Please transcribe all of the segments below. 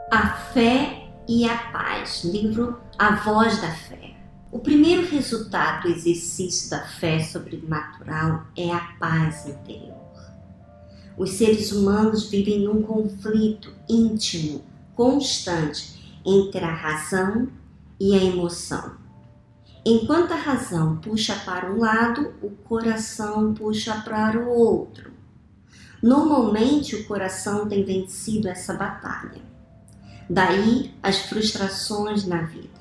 A Fé e a Paz, livro A Voz da Fé. O primeiro resultado do exercício da fé sobrenatural é a paz interior. Os seres humanos vivem num conflito íntimo, constante, entre a razão e a emoção. Enquanto a razão puxa para um lado, o coração puxa para o outro. Normalmente o coração tem vencido essa batalha. Daí as frustrações na vida.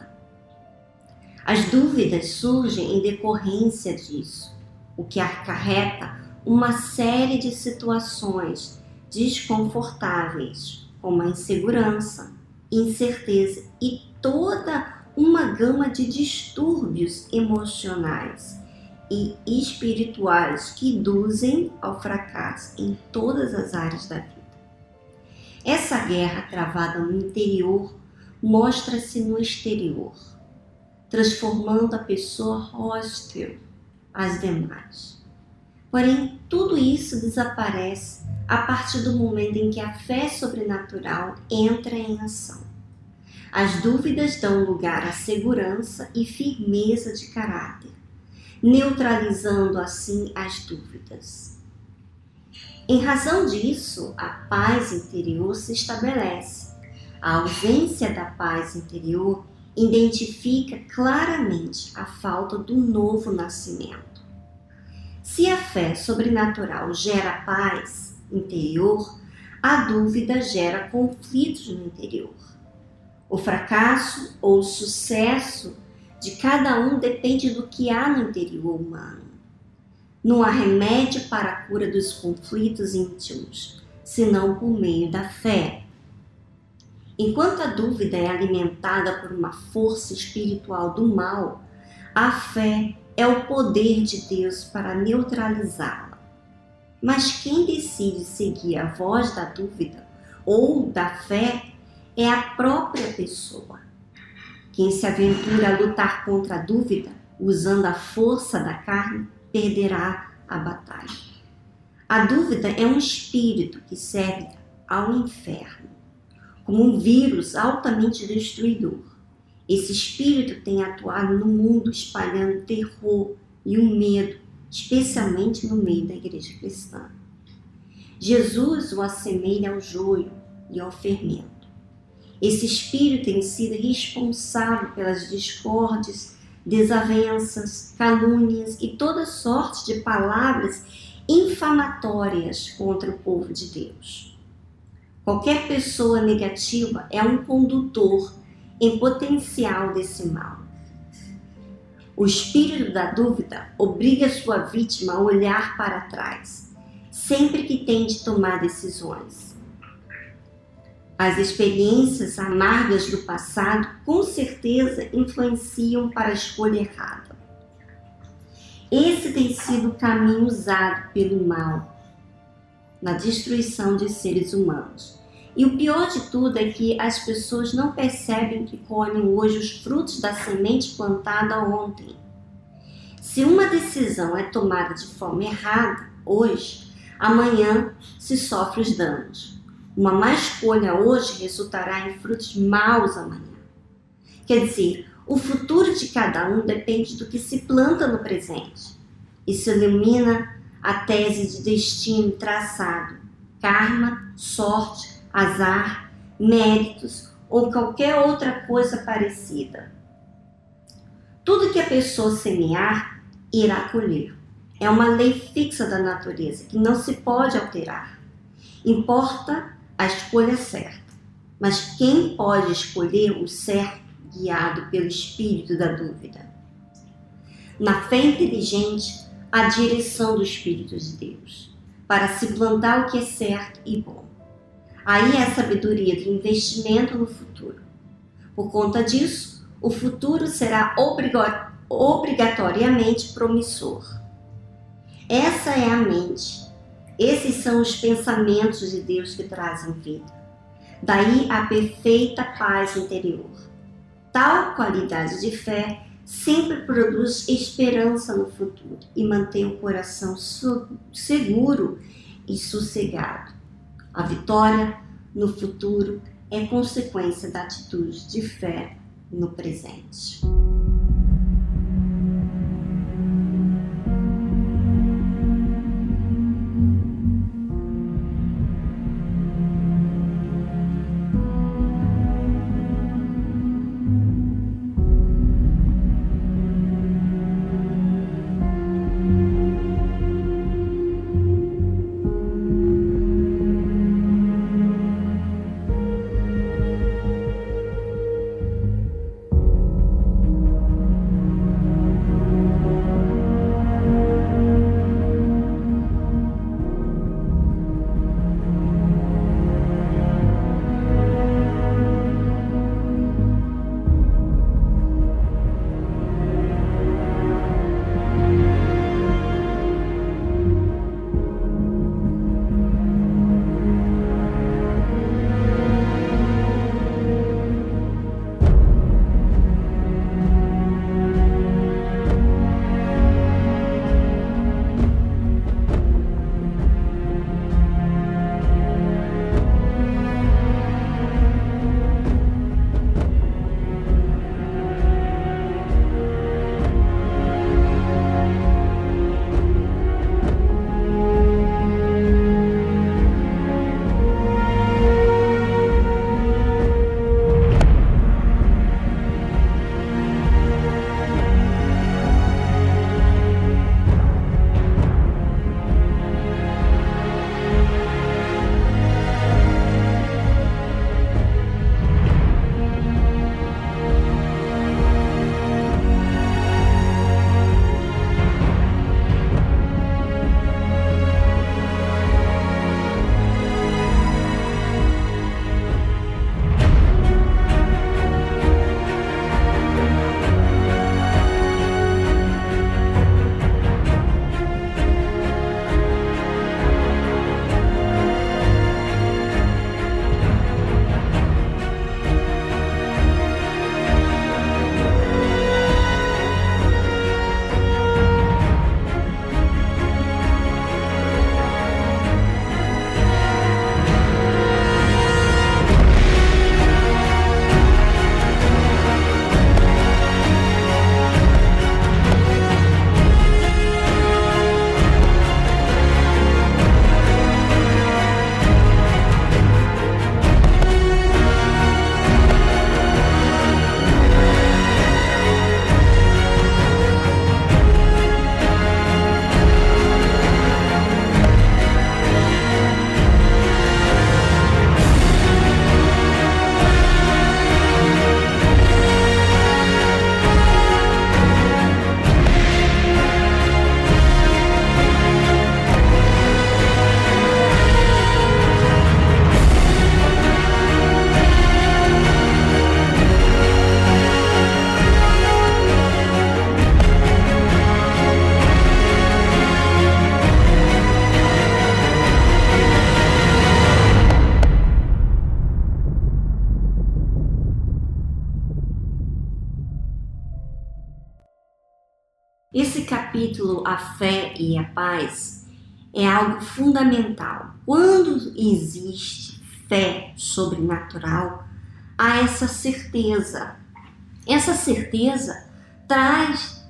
As dúvidas surgem em decorrência disso, o que acarreta uma série de situações desconfortáveis, como a insegurança, incerteza e toda uma gama de distúrbios emocionais e espirituais que induzem ao fracasso em todas as áreas da vida. Essa guerra travada no interior mostra-se no exterior, transformando a pessoa hostil às demais. Porém, tudo isso desaparece a partir do momento em que a fé sobrenatural entra em ação. As dúvidas dão lugar à segurança e firmeza de caráter, neutralizando assim as dúvidas. Em razão disso, a paz interior se estabelece. A ausência da paz interior identifica claramente a falta do novo nascimento. Se a fé sobrenatural gera paz interior, a dúvida gera conflitos no interior. O fracasso ou o sucesso de cada um depende do que há no interior humano. Não há remédio para a cura dos conflitos íntimos, senão por meio da fé. Enquanto a dúvida é alimentada por uma força espiritual do mal, a fé é o poder de Deus para neutralizá-la. Mas quem decide seguir a voz da dúvida ou da fé é a própria pessoa. Quem se aventura a lutar contra a dúvida, usando a força da carne, perderá a batalha. A dúvida é um espírito que serve ao inferno, como um vírus altamente destruidor. Esse espírito tem atuado no mundo espalhando terror e o medo, especialmente no meio da igreja cristã. Jesus o assemelha ao joio e ao fermento. Esse espírito tem sido responsável pelas discórdias, desavenças, calúnias e toda sorte de palavras infamatórias contra o povo de Deus. Qualquer pessoa negativa é um condutor em potencial desse mal. O espírito da dúvida obriga sua vítima a olhar para trás, sempre que tem de tomar decisões. As experiências amargas do passado com certeza influenciam para a escolha errada. Esse tem sido o caminho usado pelo mal na destruição de seres humanos. E o pior de tudo é que as pessoas não percebem que colhem hoje os frutos da semente plantada ontem. Se uma decisão é tomada de forma errada hoje, amanhã se sofre os danos. Uma má escolha hoje resultará em frutos maus amanhã. Quer dizer, o futuro de cada um depende do que se planta no presente. Isso ilumina a tese de destino traçado, karma, sorte, azar, méritos ou qualquer outra coisa parecida. Tudo que a pessoa semear, irá colher. É uma lei fixa da natureza que não se pode alterar. Importa a escolha certa, mas quem pode escolher o certo guiado pelo espírito da dúvida? Na fé inteligente, a direção do Espírito de Deus, para se plantar o que é certo e bom. Aí é a sabedoria do investimento no futuro. Por conta disso, o futuro será obrigatoriamente promissor. Essa é a mente. Esses são os pensamentos de Deus que trazem vida. Daí a perfeita paz interior. Tal qualidade de fé sempre produz esperança no futuro e mantém o coração seguro e sossegado. A vitória no futuro é consequência da atitude de fé no presente. Esse capítulo, a fé e a paz, é algo fundamental. Quando existe fé sobrenatural, há essa certeza. Essa certeza traz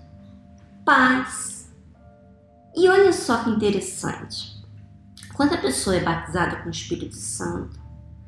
paz. E olha só que interessante. Quando a pessoa é batizada com o Espírito Santo,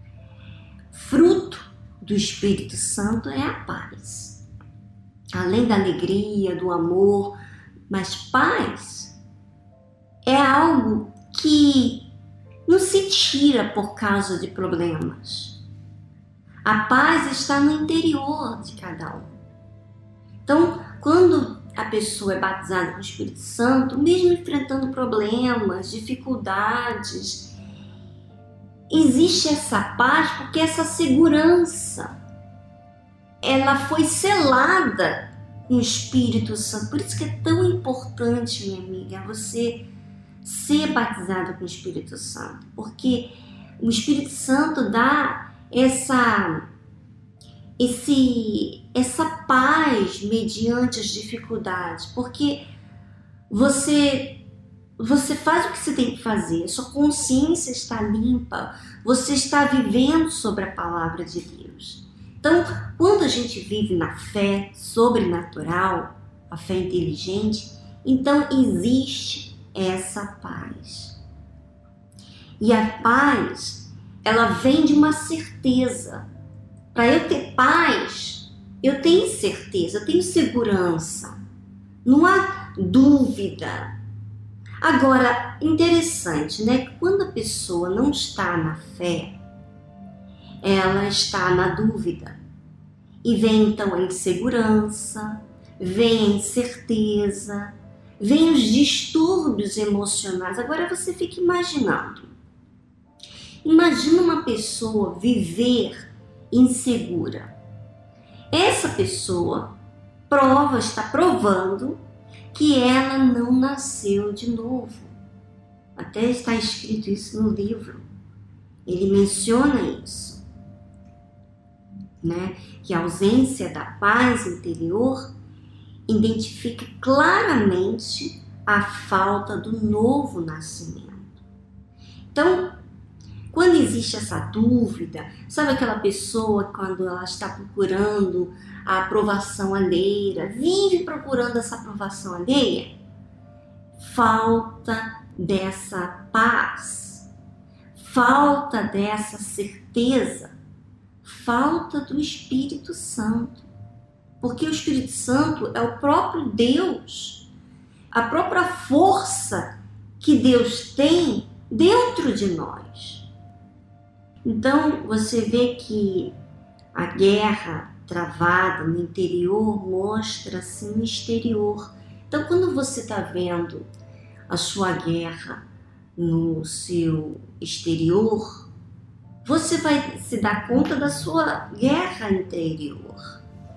fruto do Espírito Santo é a paz. Além da alegria, do amor, mas paz é algo que não se tira por causa de problemas. A paz está no interior de cada um. Então, quando a pessoa é batizada com o Espírito Santo, mesmo enfrentando problemas, dificuldades, existe essa paz porque essa segurança, ela foi selada com o Espírito Santo. Por isso que é tão importante, minha amiga, você ser batizada com o Espírito Santo, porque o Espírito Santo dá essa paz mediante as dificuldades, porque você você faz o que você tem que fazer, sua consciência está limpa, você está vivendo sobre a palavra de Deus. Então, quando a gente vive na fé sobrenatural, a fé inteligente, então existe essa paz. E a paz, ela vem de uma certeza. Para eu ter paz, eu tenho certeza, eu tenho segurança. Não há dúvida. Agora, interessante, né? Quando a pessoa não está na fé, ela está na dúvida. E vem então a insegurança, vem a incerteza, vem os distúrbios emocionais. Agora você fica imaginando. Imagina uma pessoa viver insegura. Essa pessoa está provando que ela não nasceu de novo. Até está escrito isso no livro. Ele menciona isso, né? Que a ausência da paz interior identifica claramente a falta do novo nascimento. Então, quando existe essa dúvida, sabe aquela pessoa quando ela está procurando a aprovação alheia, vive procurando essa aprovação alheia? Falta dessa paz, falta dessa certeza, falta do Espírito Santo. Porque o Espírito Santo é o próprio Deus, a própria força que Deus tem dentro de nós. Então, você vê que a guerra travada no interior mostra-se no exterior. Então, quando você está vendo a sua guerra no seu exterior, você vai se dar conta da sua guerra interior.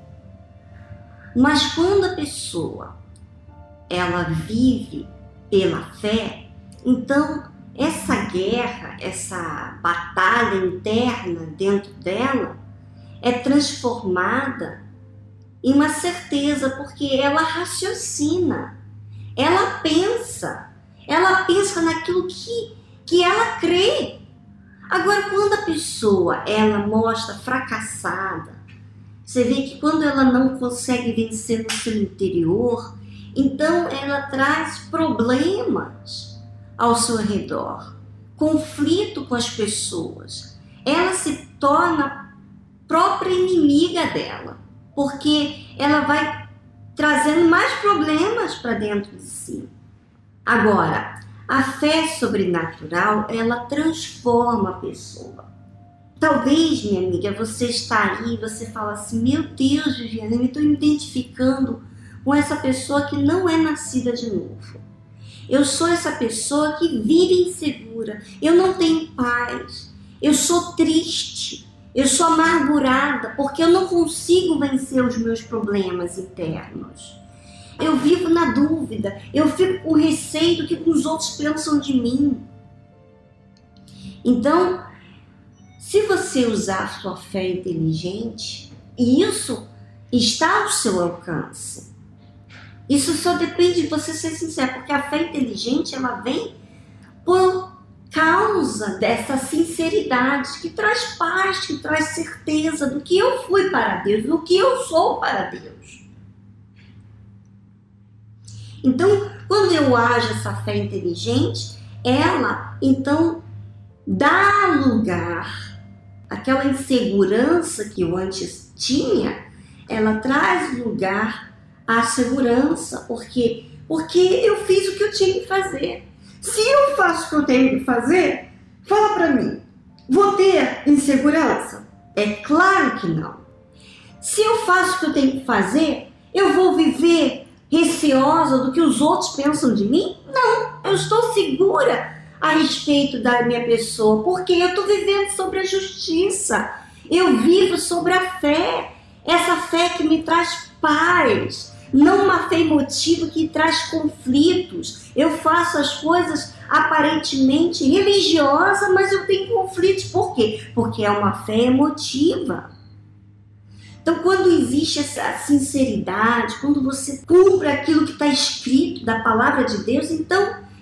Mas quando a pessoa ela vive pela fé, então essa guerra, essa batalha interna dentro dela é transformada em uma certeza, porque ela raciocina, ela pensa naquilo que ela crê. Agora, quando a pessoa ela mostra fracassada, você vê que quando ela não consegue vencer no seu interior, então ela traz problemas ao seu redor, conflito com as pessoas. Ela se torna a própria inimiga dela, porque ela vai trazendo mais problemas para dentro de si. Agora, a fé sobrenatural, ela transforma a pessoa. Talvez, minha amiga, você está aí e você fala assim, meu Deus, Viviane, eu estou me identificando com essa pessoa que não é nascida de novo. Eu sou essa pessoa que vive insegura, eu não tenho paz, eu sou triste, eu sou amargurada, porque eu não consigo vencer os meus problemas internos. Eu vivo na dúvida, eu fico com receio do que os outros pensam de mim. Então, se você usar a sua fé inteligente, isso está ao seu alcance. Isso só depende de você ser sincero, porque a fé inteligente ela vem por causa dessa sinceridade que traz paz, que traz certeza do que eu fui para Deus, do que eu sou para Deus. Então, quando eu ajo essa fé inteligente, ela então dá lugar àquela insegurança que eu antes tinha, ela traz lugar à segurança, porque eu fiz o que eu tinha que fazer. Se eu faço o que eu tenho que fazer, fala para mim, vou ter insegurança? É claro que não. Se eu faço o que eu tenho que fazer, eu vou viver receosa do que os outros pensam de mim? Não, eu estou segura a respeito da minha pessoa, porque eu estou vivendo sobre a justiça, eu vivo sobre a fé, essa fé que me traz paz, não uma fé emotiva que traz conflitos. Eu faço as coisas aparentemente religiosas, mas eu tenho conflitos. Por quê? Porque é uma fé emotiva. Então, quando existe essa sinceridade, quando você cumpre aquilo que está escrito da palavra de Deus, então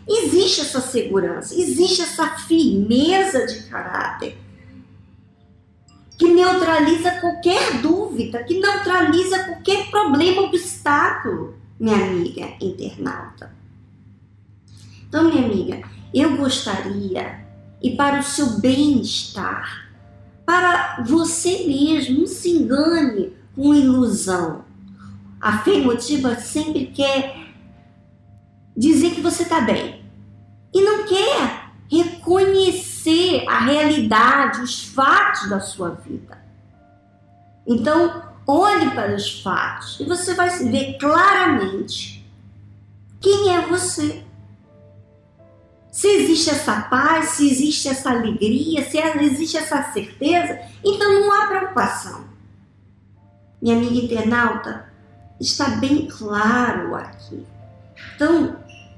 existe essa segurança, existe essa firmeza de caráter que neutraliza qualquer dúvida, que neutraliza qualquer problema, obstáculo, minha amiga internauta. Então, minha amiga, eu gostaria, e para o seu bem-estar, para você mesmo, não se engane com ilusão. A fé emotiva sempre quer dizer que você está bem e não quer reconhecer a realidade, os fatos da sua vida. Então, olhe para os fatos e você vai ver claramente quem é você. Se existe essa paz, se existe essa alegria, se existe essa certeza, então não há preocupação. Minha amiga internauta, está bem claro aqui. Então,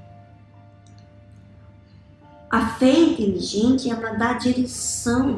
a fé inteligente, ela dá direção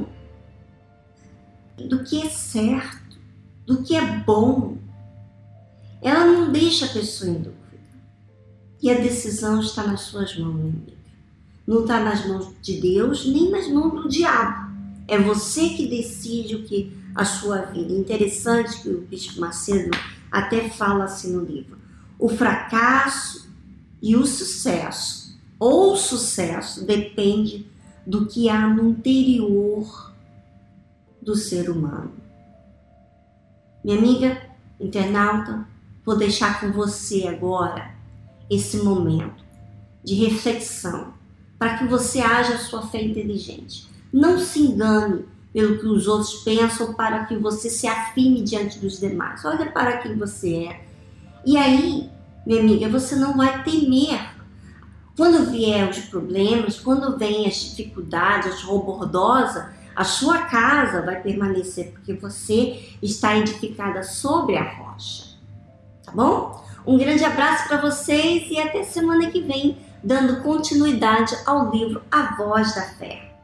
do que é certo, do que é bom. Ela não deixa a pessoa em dúvida. E a decisão está nas suas mãos, minha amiga. Não está nas mãos de Deus, nem nas mãos do diabo. É você que decide o que a sua vida. Interessante que o Bispo Macedo até fala assim no livro. O fracasso e o sucesso, ou o sucesso, depende do que há no interior do ser humano. Minha amiga internauta, vou deixar com você agora esse momento de reflexão, para que você haja a sua fé inteligente. Não se engane pelo que os outros pensam, para que você se afirme diante dos demais. Olha para quem você é. E aí, minha amiga, você não vai temer. Quando vier os problemas, quando vem as dificuldades, as roubo-bordosas, a sua casa vai permanecer, porque você está edificada sobre a rocha. Tá bom? Um grande abraço para vocês e até semana que vem, dando continuidade ao livro A Voz da Fé.